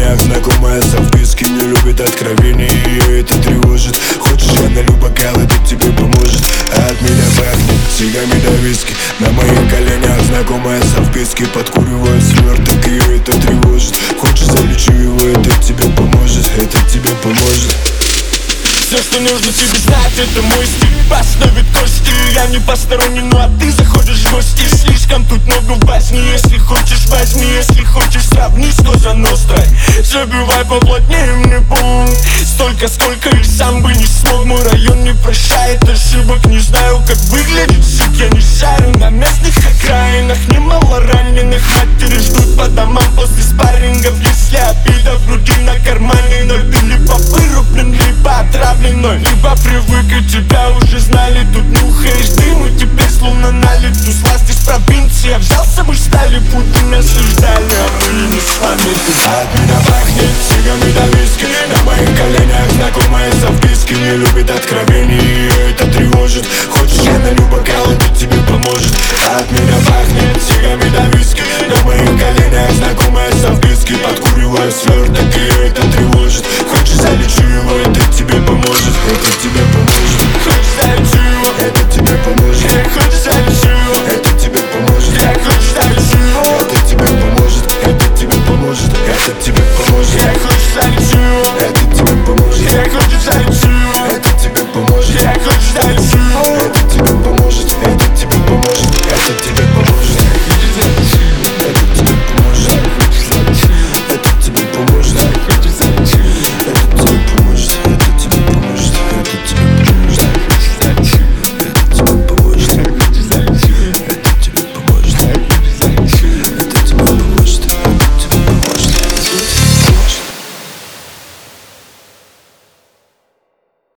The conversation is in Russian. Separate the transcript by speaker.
Speaker 1: коленях знакомая со вписки, не любит откровений, ее это тревожит. Хочешь, я налью бокал, это тебе поможет. А от меня пахнет сигами до виски. На моих коленях знакомая со вписки, подкуриваю сверток, ее это тревожит. Хочешь, залечу его, это тебе поможет, это тебе поможет.
Speaker 2: Все, что нужно тебе знать, это мой стиль. Поставит кости, я не посторонний, ну а ты заходишь в гости. Слишком тут много басни, если хочешь возьми, если хочешь сравни с Коза Нострой. Забивай поплотнее мне пункт, столько, сколько и сам бы не смог. Мой район не прощает ошибок, не знаю, как выглядит сик, я не шарю на местных окраинах. Немало раненых, матери ждут по домам после спаррингов. Если обида в груди на кармане, но ты либо вырублен, либо отравленной, либо привык и тебя уже знали. Тут нюхаешь дым и тебе словно налит. Ту сласть из провинции, я взял с собой стали, Путин осуждали, а мы не с вами.
Speaker 1: От меня пахнет сигами до виски. На моих коленях знакомая со вписки, не любит откровений, ее это тревожит. Хочешь, я налью бокал, это тебе поможет. От меня пахнет сигами до виски. На моих коленях знакомая со вписки, подкуриваю сверток, ее это тревожит. Хочешь, залечу его, это тебе поможет, это тебе поможет.
Speaker 2: Хочешь, залечу его,
Speaker 1: это тебе поможет.
Speaker 2: Хочешь, залечу его,
Speaker 1: это тебе поможет.
Speaker 2: Хочешь, залечу его,
Speaker 1: это тебе поможет, это тебе поможет, это тебе поможет.
Speaker 2: Хочешь, залечу его,
Speaker 1: это тебе поможет.
Speaker 2: Хочешь, залечу его,
Speaker 1: это тебе поможет.
Speaker 2: Хочешь, залечу его,
Speaker 1: это тебе поможет, это тебе поможет, это тебе